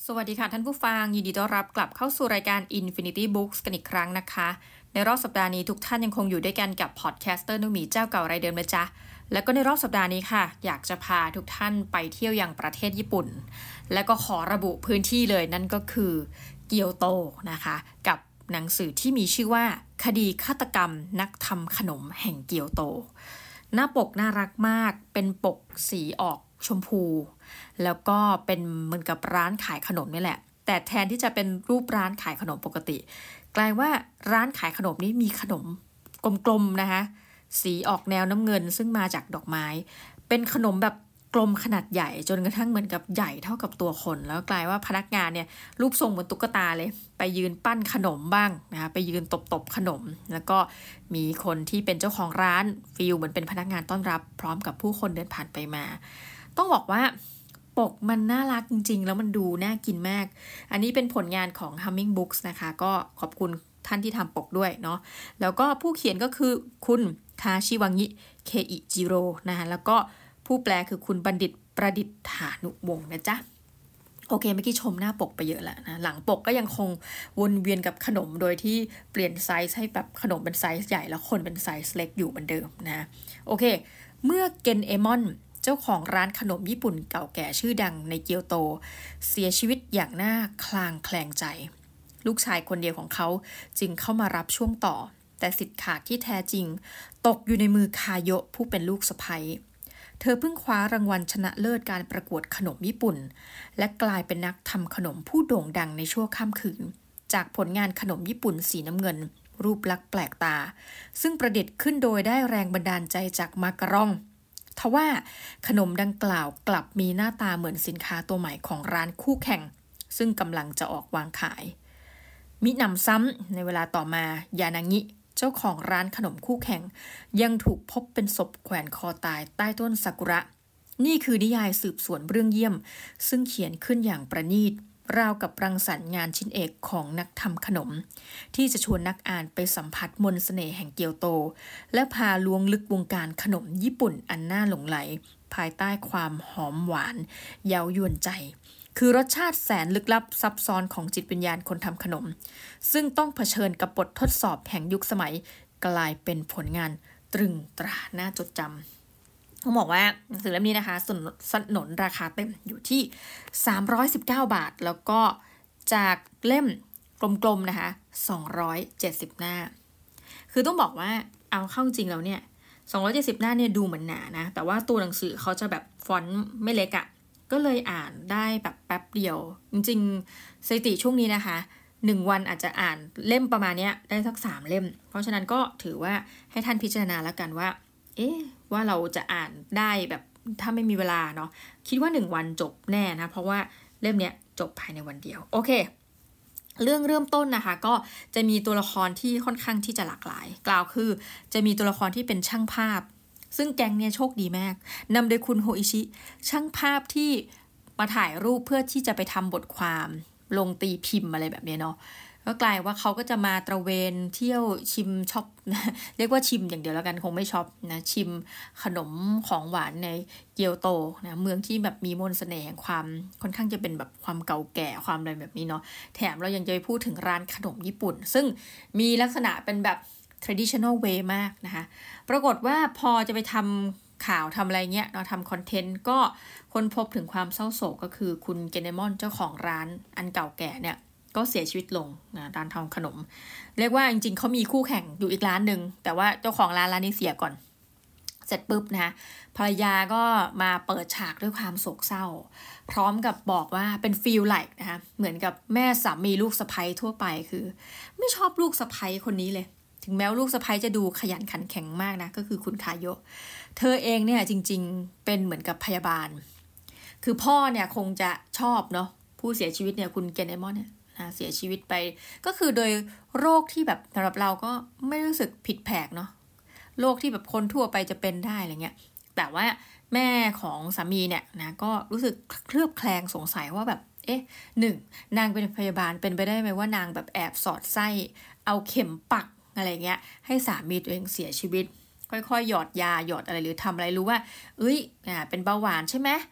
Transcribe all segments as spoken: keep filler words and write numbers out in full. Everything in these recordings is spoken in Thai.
สวัสดีค่ะท่านผู้ฟังยินดีต้อนรับกลับเข้าสู่รายการ Infinity Books กันอีกครั้งนะคะในรอบสัปดาห์นี้ทุกท่านยังคงอยู่ด้วยกันกับพอดแคสเตอร์นุ่มหมีเจ้าเก่ารายเดิมนะจ๊ะแล้วก็ในรอบสัปดาห์นี้ค่ะอยากจะพาทุกท่านไปเที่ยวยังประเทศญี่ปุ่นและก็ขอระบุพื้นที่เลยนั่นก็คือเกียวโตนะคะกับหนังสือที่มีชื่อว่าคดีฆาตกรรมนักทำขนมแห่งเกียวโตหน้าปกน่ารักมากเป็นปกสีออกชมพูแล้วก็เป็นเหมือนกับร้านขายขนมนี่แหละแต่แทนที่จะเป็นรูปร้านขายขนมปกติกลายว่าร้านขายขนมนี้มีขนมกลมๆนะคะสีออกแนวน้ำเงินซึ่งมาจากดอกไม้เป็นขนมแบบกลมขนาดใหญ่จนกระทั่งเหมือนกับใหญ่เท่ากับตัวคนแล้วกลายว่าพนักงานเนี่ยรูปทรงเหมือนตุ๊กตาเลยไปยืนปั้นขนมบ้างนะคะไปยืนตบๆขนมแล้วก็มีคนที่เป็นเจ้าของร้านฟีลเหมือนเป็นพนักงานต้อนรับพร้อมกับผู้คนเดินผ่านไปมาต้องบอกว่าปกมันน่ารักจริงๆแล้วมันดูน่ากินมากอันนี้เป็นผลงานของ Humming Books นะคะก็ขอบคุณท่านที่ทำปกด้วยเนาะแล้วก็ผู้เขียนก็คือคุณคาชิวังิ เคอิจิโร่นะคะแล้วก็ผู้แปลคือคุณบัณฑิตประดิษฐานุวงศ์นะจ๊ะโอเคเมื่อกี้ชมหน้าปกไปเยอะแล้วนะหลังปกก็ยังคงวนเวียนกับขนมโดยที่เปลี่ยนไซส์ให้แบบขนมเป็นไซส์ใหญ่แล้วคนเป็นไซส์เล็กอยู่เหมือนเดิมนะโอเคเมื่อเกนเอมอนเจ้าของร้านขนมญี่ปุ่นเก่าแก่ชื่อดังในเกียวโตเสียชีวิตอย่างน่าคลางแคลงใจลูกชายคนเดียวของเขาจึงเข้ามารับช่วงต่อแต่สิทธิ์ขาดที่แท้จริงตกอยู่ในมือคาโยะผู้เป็นลูกสะใภ้เธอเพิ่งคว้ารางวัลชนะเลิศการประกวดขนมญี่ปุ่นและกลายเป็นนักทำขนมผู้โด่งดังในชั่วข้ามคืนจากผลงานขนมญี่ปุ่นสีน้ำเงินรูปลักษณ์แปลกตาซึ่งประดิษฐ์ขึ้นโดยได้แรงบันดาลใจจากมาการองทว่าขนมดังกล่าวกลับมีหน้าตาเหมือนสินค้าตัวใหม่ของร้านคู่แข่งซึ่งกำลังจะออกวางขายมิหนำซ้ำในเวลาต่อมายานางิเจ้าของร้านขนมคู่แข่งยังถูกพบเป็นศพแขวนคอตายใต้ต้นซากุระนี่คือนิยายสืบสวนเรื่องเยี่ยมซึ่งเขียนขึ้นอย่างประณีตราวกับรังสรรค์งานชิ้นเอกของนักทำขนมที่จะชวนนักอ่านไปสัมผัสมนต์เสน่ห์แห่งเกียวโตและพาล้วงลึกวงการขนมญี่ปุ่นอันน่าหลงใหลภายใต้ความหอมหวานเย้ายวนใจคือรสชาติแสนลึกลับซับซ้อนของจิตวิญญาณคนทำขนมซึ่งต้องเผชิญกับบททดสอบแห่งยุคสมัยกลายเป็นผลงานตรึงตราน่าจดจำต้องบอกว่าหนังสือเล่มนี้นะคะสนนราคาเต็มอยู่ที่สามร้อยสิบเก้าบาทแล้วก็จากเล่มกลมๆนะคะสองร้อยเจ็ดสิบหน้าคือต้องบอกว่าเอาเข้าจริงแล้วเนี่ยสองร้อยเจ็ดสิบหน้าเนี่ยดูเหมือนหนานะแต่ว่าตัวหนังสือเขาจะแบบฟอนต์ไม่เล็กอะก็เลยอ่านได้แบบแป๊บเดียวจริงๆสถิติช่วงนี้นะคะหนึ่งวันอาจจะอ่านเล่มประมาณนี้ได้สักสามเล่มเพราะฉะนั้นก็ถือว่าให้ท่านพิจารณาแล้วกันว่าเอ๊ะว่าเราจะอ่านได้แบบถ้าไม่มีเวลาเนาะคิดว่าหนึ่งวันจบแน่นะเพราะว่าเล่มเนี้ยจบภายในวันเดียวโอเคเรื่องเริ่มต้นนะคะก็จะมีตัวละครที่ค่อนข้างที่จะหลากหลายกล่าวคือจะมีตัวละครที่เป็นช่างภาพซึ่งแก๊งเนี่ยโชคดีมากนำโดยคุณโฮอิชิช่างภาพที่มาถ่ายรูปเพื่อที่จะไปทำบทความลงตีพิมพ์อะไรแบบนี้เนาะก็กลายว่าเขาก็จะมาตระเวนเที่ยวชิมช็อปเรียกว่าชิมอย่างเดียวแล้วกันคงไม่ช็อปนะชิมขนมของหวานในเกียวโตนะเมืองที่แบบมีมนต์เสน่ห์แห่งความค่อนข้างจะเป็นแบบความเก่าแก่ความอะไรแบบนี้เนาะแถมเรายังจะไปพูดถึงร้านขนมญี่ปุ่นซึ่งมีลักษณะเป็นแบบ traditional way มากนะคะปรากฏว่าพอจะไปทำข่าวทำอะไรเงี้ยเราทำคอนเทนต์ก็ค้นพบถึงความเศร้าโศกก็คือคุณเกเนมอนเจ้าของร้านอันเก่าแก่เนี่ยก็เสียชีวิตลงนะร้านทำขนมเรียกว่าจริงๆเขามีคู่แข่งอยู่อีกร้านหนึ่งแต่ว่าเจ้าของร้านร้านนี้เสียก่อนเสร็จปุ๊บนะภรรยาก็มาเปิดฉากด้วยความโศกเศร้าพร้อมกับบอกว่าเป็นฟีลไลค์นะคะเหมือนกับแม่สามีลูกสะใภ้ทั่วไปคือไม่ชอบลูกสะใภ้คนนี้เลยถึงแม้ว่าลูกสะใภ้จะดูขยันขันแข็งมากนะก็คือคุณคาโยะเธอเองเนี่ยจริงๆเป็นเหมือนกับพยาบาลคือพ่อเนี่ยคงจะชอบเนาะผู้เสียชีวิตเนี่ยคุณเกเนมอนเนี่ยนะเสียชีวิตไปก็คือโดยโรคที่แบบสำหรับเราก็ไม่รู้สึกผิดแผกเนาะโรคที่แบบคนทั่วไปจะเป็นได้อะไรเงี้ยแต่ว่าแม่ของสามีเนี่ยนะก็รู้สึกเคลือบแคลงสงสัยว่าแบบเอ๊ะหนึ่งนางเป็นพยาบาลเป็นไปได้ไหมว่านางแบบแอบสอดไส้เอาเข็มปักอะไรเงี้ยให้สามีตัวเองเสียชีวิตค่อยๆหยอดยาหยอดอะไรหรือทำอะไรรู้ว่าเอ้ยอ่าเป็นเบาหวานใช่ไหม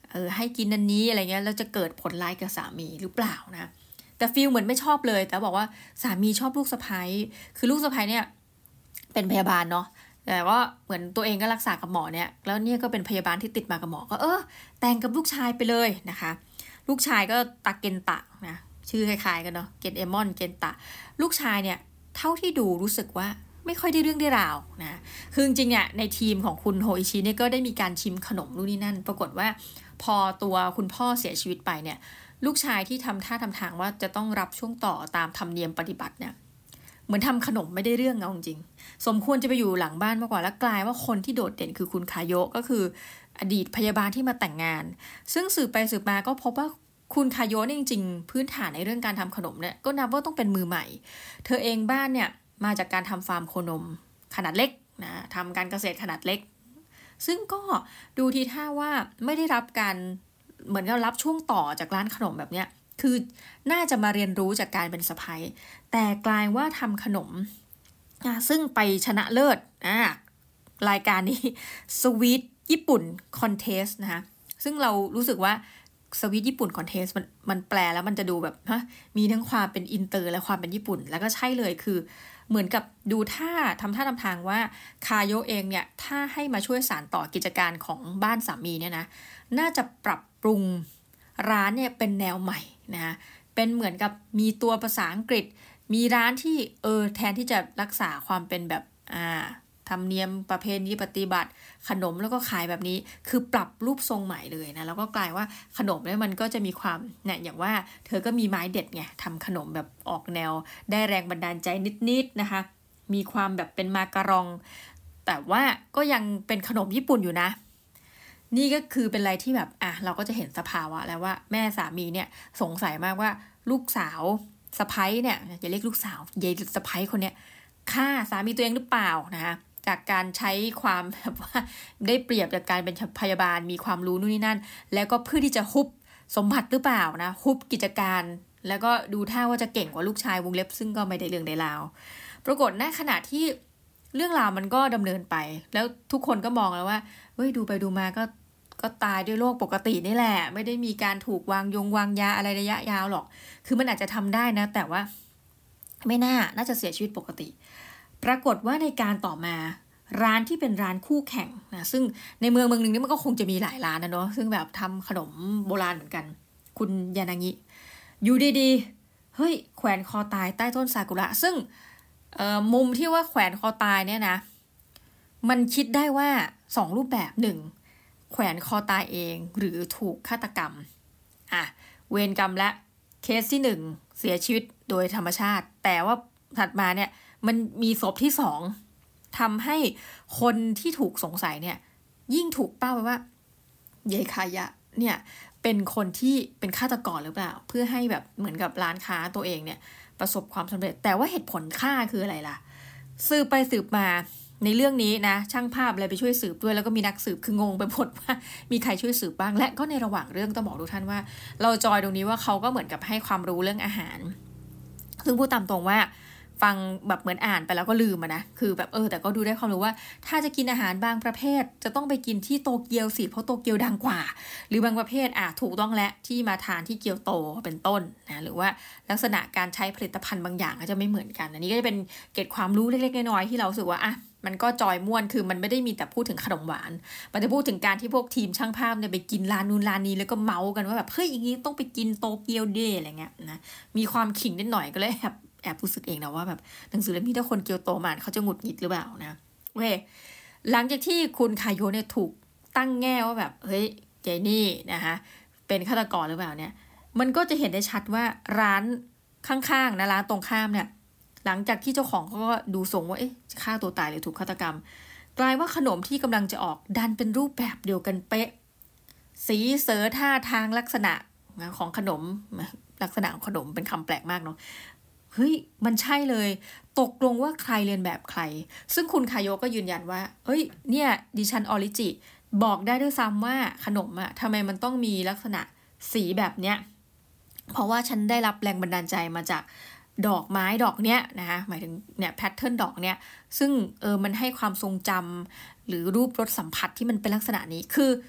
เออให้กินอันนี้อะไรเงี้ยแล้วจะเกิดผลร้ายกับสามีหรือเปล่านะแต่ฟีลเหมือนไม่ชอบเลยแต่บอกว่าสามีชอบลูกสะใภ้คือลูกสะใภ้เนี่ยเป็นพยาบาลเนาะแต่ว่าเหมือนตัวเองก็รักษากับหมอเนี่ยแล้วเนี่ยก็เป็นพยาบาลที่ติดมากับหมอก็เออแต่งกับลูกชายไปเลยนะคะลูกชายก็ตาเกนตะนะชื่อคล้ายๆกันเนาะเกนเอมอนเกนตะลูกชายเนี่ยเท่าที่ดูรู้สึกว่าไม่ค่อยได้เรื่องได้ราวนะคือจริงๆเนี่ยในทีมของคุณโฮอิชิเนี่ยก็ได้มีการชิมขนมนู่นนี่นั่นปรากฏว่าพอตัวคุณพ่อเสียชีวิตไปเนี่ยลูกชายที่ทำท่าทำทางว่าจะต้องรับช่วงต่อตามธรรมเนียมปฏิบัติเนี่ยเหมือนทำขนมไม่ได้เรื่องเอาจริงสมควรจะไปอยู่หลังบ้านมากกว่าแล้วกลายว่าคนที่โดดเด่นคือคุณคาโยะก็คืออดีตพยาบาลที่มาแต่งงานซึ่งสืบไปสืบมาก็พบว่าคุณคาโยะเนี่ยจริงๆพื้นฐานในเรื่องการทำขนมเนี่ยก็นับว่าต้องเป็นมือใหม่เธอเองบ้านเนี่ยมาจากการทำฟาร์มโคนมขนาดเล็กนะทำการเกษตรขนาดเล็กซึ่งก็ดูทีท่าว่าไม่ได้รับการเหมือนกับรับช่วงต่อจากร้านขนมแบบเนี้ยคือน่าจะมาเรียนรู้จากการเป็นสะใภ้แต่กลายว่าทำขนมซึ่งไปชนะเลิศอ่ารายการนี้สวีทญี่ปุ่นคอนเทสต์นะคะซึ่งเรารู้สึกว่าสวีทญี่ปุ่นคอนเทสต์มันมันแปลแล้วมันจะดูแบบฮะมีทั้งความเป็นอินเตอร์และความเป็นญี่ปุ่นแล้วก็ใช่เลยคือเหมือนกับดูท่าทำท่าทำทางว่าคาโยเองเนี่ยถ้าให้มาช่วยสานต่อกิจการของบ้านสามีเนี่ยนะน่าจะปรับปรุงร้านเนี่ยเป็นแนวใหม่นะเป็นเหมือนกับมีตัวภาษาอังกฤษมีร้านที่เออแทนที่จะรักษาความเป็นแบบอ่าธรรมเนียมประเพณีปฏิบัติขนมแล้วก็ขายแบบนี้คือปรับรูปทรงใหม่เลยนะแล้วก็กลายว่าขนมเนี่ยมันก็จะมีความเนี่ยอย่างว่าเธอก็มีไม้เด็ดไงทำขนมแบบออกแนวได้แรงบันดาลใจนิดๆนะคะมีความแบบเป็นมาการองแต่ว่าก็ยังเป็นขนมญี่ปุ่นอยู่นะนี่ก็คือเป็นอะไรที่แบบอ่ะเราก็จะเห็นสภาวะแล้วว่าแม่สามีเนี่ยสงสัยมากว่าลูกสาวสะใภ้เนี่ยอย่าเรียกลูกสาวยายสะใภ้คนเนี้ยฆ่าสามีตัวเองหรือเปล่านะคะจากการใช้ความแบบว่าได้เปรียบจากการเป็นพยาบาลมีความรู้นู่นนี่นั่นแล้วก็เพื่อที่จะฮุบสมบัติหรือเปล่านะฮุบกิจการแล้วก็ดูท่าว่าจะเก่งกว่าลูกชายวงเล็บซึ่งก็ไม่ได้เรื่องได้ราวปรากฏในขณะที่เรื่องราวมันก็ดำเนินไปแล้วทุกคนก็มองแล้วว่าเฮ้ยดูไปดูมาก็ก็ตายด้วยโรคปกตินี่แหละไม่ได้มีการถูกวางยงวางยาอะไรระยะยาวหรอกคือมันอาจจะทำได้นะแต่ว่าไม่น่าน่าจะเสียชีวิตปกติปรากฏว่าในการต่อมาร้านที่เป็นร้านคู่แข่งนะซึ่งในเมืองเมืองนึงนี่มันก็คงจะมีหลายร้านนะเนาะซึ่งแบบทำขนมโบราณเหมือนกันคุณยานางิอยู่ดีๆเฮ้ยแขวนคอตายใต้ต้นซากุระซึ่งมุมที่ว่าแขวนคอตายเนี่ยนะมันคิดได้ว่าสองรูปแบบหนึ่งแขวนคอตายเองหรือถูกฆาตกรรมอ่ะเวรกรรมและเคสที่หนึ่งเสียชีวิตโดยธรรมชาติแต่ว่าถัดมาเนี่ยมันมีศพที่สองทำให้คนที่ถูกสงสัยเนี่ยยิ่งถูกเป้าไปว่ายายคายะเนี่ยเป็นคนที่เป็นฆาตกรหรือเปล่าเพื่อให้แบบเหมือนกับร้านค้าตัวเองเนี่ยประสบความสำเร็จแต่ว่าเหตุผลฆ่าคืออะไรล่ะสืบไปสืบมาในเรื่องนี้นะช่างภาพอะไรไปช่วยสืบด้วยแล้วก็มีนักสืบคืองงไปหมดว่ามีใครช่วยสืบบ้างและก็ในระหว่างเรื่องต้องบอกทุกท่านว่าเราจอยตรงนี้ว่าเขาก็เหมือนกับให้ความรู้เรื่องอาหารซึ่งพูดตามตรงว่าฟังแบบเหมือนอ่านไปแล้วก็ลืมอะนะคือแบบเออแต่ก็ดูได้ความรู้ว่าถ้าจะกินอาหารบางประเภทจะต้องไปกินที่โตเกียวสิเพราะโตเกียวดังกว่าหรือบางประเภทอ่ะถูกต้องและที่มาทานที่เกียวโตเป็นต้นนะหรือว่าลักษณะการใช้ผลิตภัณฑ์บางอย่างก็จะไม่เหมือนกันอันนี้ก็จะเป็นเกร็ดความรู้เล็กๆน้อยๆที่เราสึกว่าอ่ะมันก็จอยม่วนคือมันไม่ได้มีแต่พูดถึงขนมหวานมันจะพูดถึงการที่พวกทีมช่างภาพเนี่ยไปกินร้านนู้นร้านนี้แล้วก็เมากันว่าแบบเฮ้ยอย่างนี้ต้องไปกินโตเกียวเดย์อะไรเงี้ยนะมีความขิงนิดหน่อยก็เลยแบบแอบรู้สึกเองนะว่าแบบหนังสือเล่มนี้ถ้าคนเกียวโตมาเขาจะหงุดหงิดหรือเปล่านะโอเคหลังจากที่คุณคาโยเนี่ยถูกตั้งแง่ว่าแบบเฮ้ยเจนี่นะคะเป็นฆาตกรหรือเปล่าเนี่ยมันก็จะเห็นได้ชัดว่าร้านข้างๆนะร้านตรงข้ามเนี่ยหลังจากที่เจ้าของเขาก็ดูทรงว่าเอ๊ะจะฆ่าตัวตายหรือถูกฆาตกรรมกลายว่าขนมที่กำลังจะออกดันเป็นรูปแบบเดียวกันเป๊ะสีเสือท่าทางลักษณะของขนมลักษณะของขนมเป็นคำแปลกมากเนาะเฮ้ยมันใช่เลยตกลงว่าใครเรียนแบบใครซึ่งคุณคาโยก็ยืนยันว่าเฮ้ยเนี่ยดิฉันออริจิบอกได้ด้วยซ้ำว่าขนมอะทำไมมันต้องมีลักษณะสีแบบเนี้ยเพราะว่าฉันได้รับแรงบันดาลใจมาจากดอกไม้ดอกเนี้ยนะคะหมายถึงเนี่ยแพทเทิร์นดอกเนี้ยซึ่งเออมันให้ความทรงจำหรือรูปรสสัมผัสที่มันเป็นลักษณะนี้คือ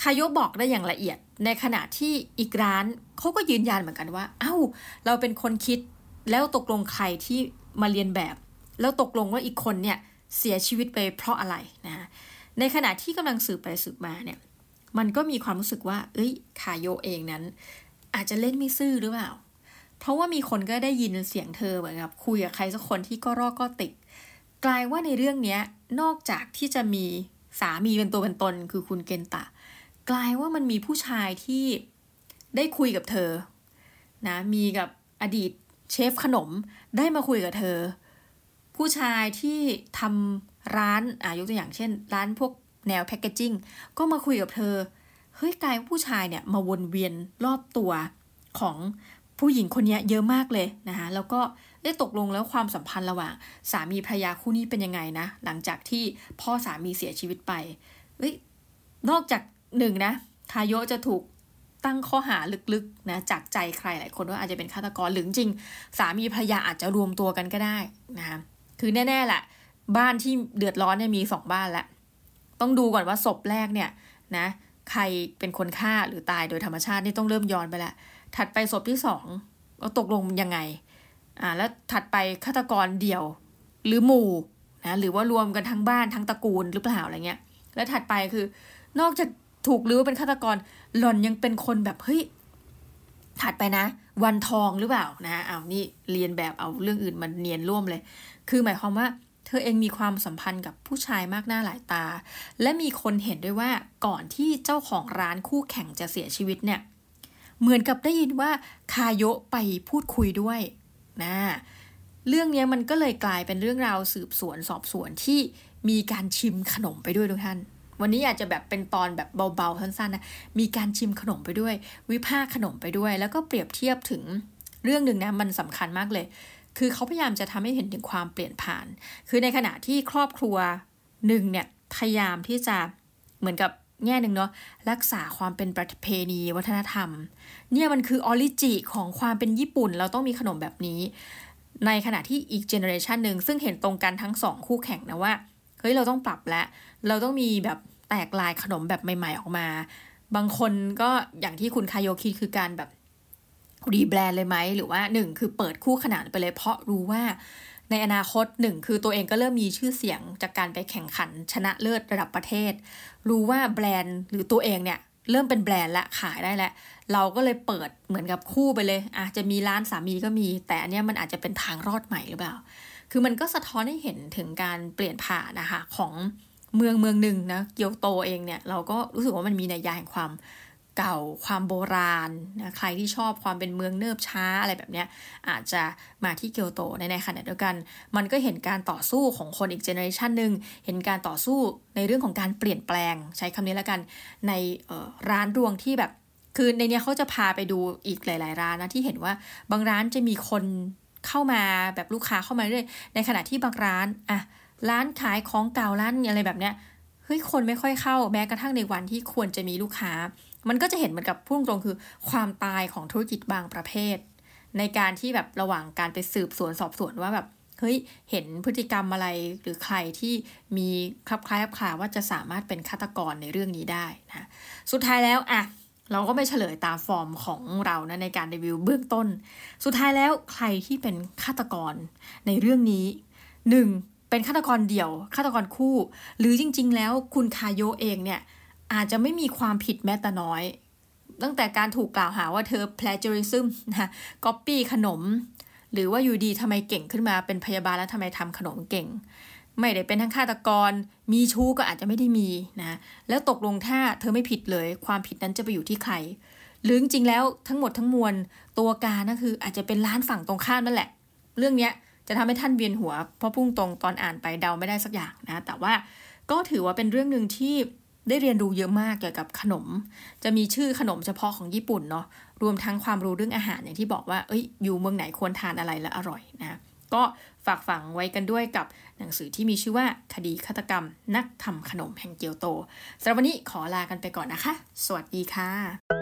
คาโยะบอกได้อย่างละเอียดในขณะที่อีกร้านเขาก็ยืนยันเหมือนกันว่าเอ้าเราเป็นคนคิดแล้วตกลงใครที่มาเรียนแบบแล้วตกลงว่าอีกคนเนี่ยเสียชีวิตไปเพราะอะไรนะในขณะที่กำลังสืบไปสืบมาเนี่ยมันก็มีความรู้สึกว่าเอ้ยคาโยะเองนั้นอาจจะเล่นไม่ซื่อหรือเปล่าเพราะว่ามีคนก็ได้ยินเสียงเธอเหมือนกับคุยกับใครสักคนที่ก็รอกก็ติดกลายว่าในเรื่องนี้นอกจากที่จะมีสามีเป็นตัวเป็นตนคือคุณเกนตะกลายว่ามันมีผู้ชายที่ได้คุยกับเธอนะมีกับอดีตเชฟขนมได้มาคุยกับเธอผู้ชายที่ทำร้านอ่ะยกตัวอย่างเช่นร้านพวกแนวแพคเกจิ้งก็มาคุยกับเธอเฮ้ยกลายว่าผู้ชายเนี่ยมาวนเวียนรอบตัวของผู้หญิงคนนี้เยอะมากเลยนะคะแล้วก็ได้ตกลงแล้วความสัมพันธ์ระหว่างสามีภรรยาคู่นี้เป็นยังไงนะหลังจากที่พ่อสามีเสียชีวิตไปเฮ้ยนอกจากหนึ่งนะคาโยะจะถูกตั้งข้อหาลึกๆนะจากใจใครหลายคนว่าอาจจะเป็นฆาตกรหรือจริงสามีภรรยาอาจจะรวมตัวกันก็ได้นะคะคือแน่ๆแหละบ้านที่เดือดร้อนเนี่ยมีสองบ้านแล้วต้องดูก่อนว่าศพแรกเนี่ยนะใครเป็นคนฆ่าหรือตายโดยธรรมชาตินี่ต้องเริ่มย้อนไปแล้วถัดไปศพที่สองตกลงยังไงอ่าแล้วถัดไปฆาตกรเดี่ยวหรือหมู่นะหรือว่ารวมกันทั้งบ้านทั้งตระกูลหรือเปล่าอะไรเงี้ยแล้วถัดไปคือนอกจากถูกลือว่าเป็นฆาตกรหล่อนยังเป็นคนแบบเฮ้ยถัดไปนะวันทองหรือเปล่านะเอานี่เรียนแบบเอาเรื่องอื่นมันเนียนร่วมเลยคือหมายความว่าเธอเองมีความสัมพันธ์กับผู้ชายมากหน้าหลายตาและมีคนเห็นด้วยว่าก่อนที่เจ้าของร้านคู่แข่งจะเสียชีวิตเนี่ยเหมือนกับได้ยินว่าคาโยะไปพูดคุยด้วยนะเรื่องนี้มันก็เลยกลายเป็นเรื่องราวสืบสวนสอบสวนที่มีการชิมขนมไปด้วยทุกท่านวันนี้อาจจะแบบเป็นตอนแบบเบาๆสั้นๆนะมีการชิมขนมไปด้วยวิพากษ์ขนมไปด้วยแล้วก็เปรียบเทียบถึงเรื่องหนึ่งนะมันสำคัญมากเลยคือเขาพยายามจะทำให้เห็นถึงความเปลี่ยนผ่านคือในขณะที่ครอบครัวหนึ่งเนี่ยพยายามที่จะเหมือนกับแง่หนึ่งเนาะรักษาความเป็นประเพณีวัฒนธรรมเนี่ยมันคือออริจิของความเป็นญี่ปุ่นเราต้องมีขนมแบบนี้ในขณะที่อีกเจเนอเรชันหนึ่งซึ่งเห็นตรงกันทั้งสองคู่แข่งนะว่าเฮ้ยเราต้องปรับแล้วเราต้องมีแบบแตกลายขนมแบบใหม่ๆออกมาบางคนก็อย่างที่คุณคาโยคิดคือการแบบรีแบรนด์เลยไหมหรือว่าหนึ่งคือเปิดคู่ขนานไปเลยเพราะรู้ว่าในอนาคตหนึ่งคือตัวเองก็เริ่มมีชื่อเสียงจากการไปแข่งขันชนะเลิศระดับประเทศรู้ว่าแบรนด์หรือตัวเองเนี่ยเริ่มเป็นแบรนด์ละขายได้แล้วเราก็เลยเปิดเหมือนกับคู่ไปเลยอาจจะมีร้านสามีก็มีแต่อันเนี้ยมันอาจจะเป็นทางรอดใหม่หรือเปล่าคือมันก็สะท้อนให้เห็นถึงการเปลี่ยนผ่านนะคะของเมืองเมืองหนึ่งนะเกียวโตเองเนี่ยเราก็รู้สึกว่ามันมีนัยยะแห่งความเก่าความโบราณนะใครที่ชอบความเป็นเมืองเนิบช้าอะไรแบบเนี้ยอาจจะมาที่เกียวโตในในขณะเดียวกันมันก็เห็นการต่อสู้ของคนอีกเจเนอเรชันนึงเห็นการต่อสู้ในเรื่องของการเปลี่ยนแปลงใช้คำนี้แล้วกันในร้านรวงที่แบบคือในเนี้ยเขาจะพาไปดูอีกหลายๆร้านนะที่เห็นว่าบางร้านจะมีคนเข้ามาแบบลูกค้าเข้ามาเรื่อยในขณะที่บางร้านอะร้านขายของเก่าร้านอะไรแบบเนี้ยเฮ้ยคนไม่ค่อยเข้าแม้กระทั่งในวันที่ควรจะมีลูกค้ามันก็จะเห็นเหมือนกับพูดตรงคือความตายของธุรกิจบางประเภทในการที่แบบระหว่างการไปสืบสวนสอบสวนว่าแบบเฮ้ยเห็นพฤติกรรมอะไรหรือใครที่มีคลับคล้ายคลับคลาว่าจะสามารถเป็นฆาตกรในเรื่องนี้ได้นะสุดท้ายแล้วอะเราก็ไม่เฉลยตามฟอร์มของเรานะในการรีวิวเบื้องต้นสุดท้ายแล้วใครที่เป็นฆาตกรในเรื่องนี้หนึ่งเป็นฆาตกรเดี่ยวฆาตกรคู่หรือจริงๆแล้วคุณคาโยเองเนี่ยอาจจะไม่มีความผิดแม้แต่น้อยตั้งแต่การถูกกล่าวหาว่าเธอ plagiarism นะ copy ขนมหรือว่าอยู่ดีทำไมเก่งขึ้นมาเป็นพยาบาลแล้วทำไมทำขนมเก่งไม่ได้เป็นทั้งฆาตกรมีชู้ก็อาจจะไม่ได้มีนะแล้วตกลงถ้าเธอไม่ผิดเลยความผิดนั้นจะไปอยู่ที่ใครหรือจริงๆแล้วทั้งหมดทั้งมวลตัวการก็คืออาจจะเป็นร้านฝั่งตรงข้ามนั่นแหละเรื่องนี้จะทำให้ท่านเวียนหัวเพราะพุ่งตรงตอนอ่านไปเดาไม่ได้สักอย่างนะแต่ว่าก็ถือว่าเป็นเรื่องนึงที่ได้เรียนรู้เยอะมากเกี่ยวกับขนมจะมีชื่อขนมเฉพาะของญี่ปุ่นเนาะรวมทั้งความรู้เรื่องอาหารอย่างที่บอกว่าเอ้ยอยู่เมืองไหนควรทานอะไรและอร่อยนะก็ฝากฝังไว้กันด้วยกับหนังสือที่มีชื่อว่าคดีฆาตกรรมนักทำขนมแห่งเกียวโตสำหรับวันนี้ขอลากันไปก่อนนะคะสวัสดีค่ะ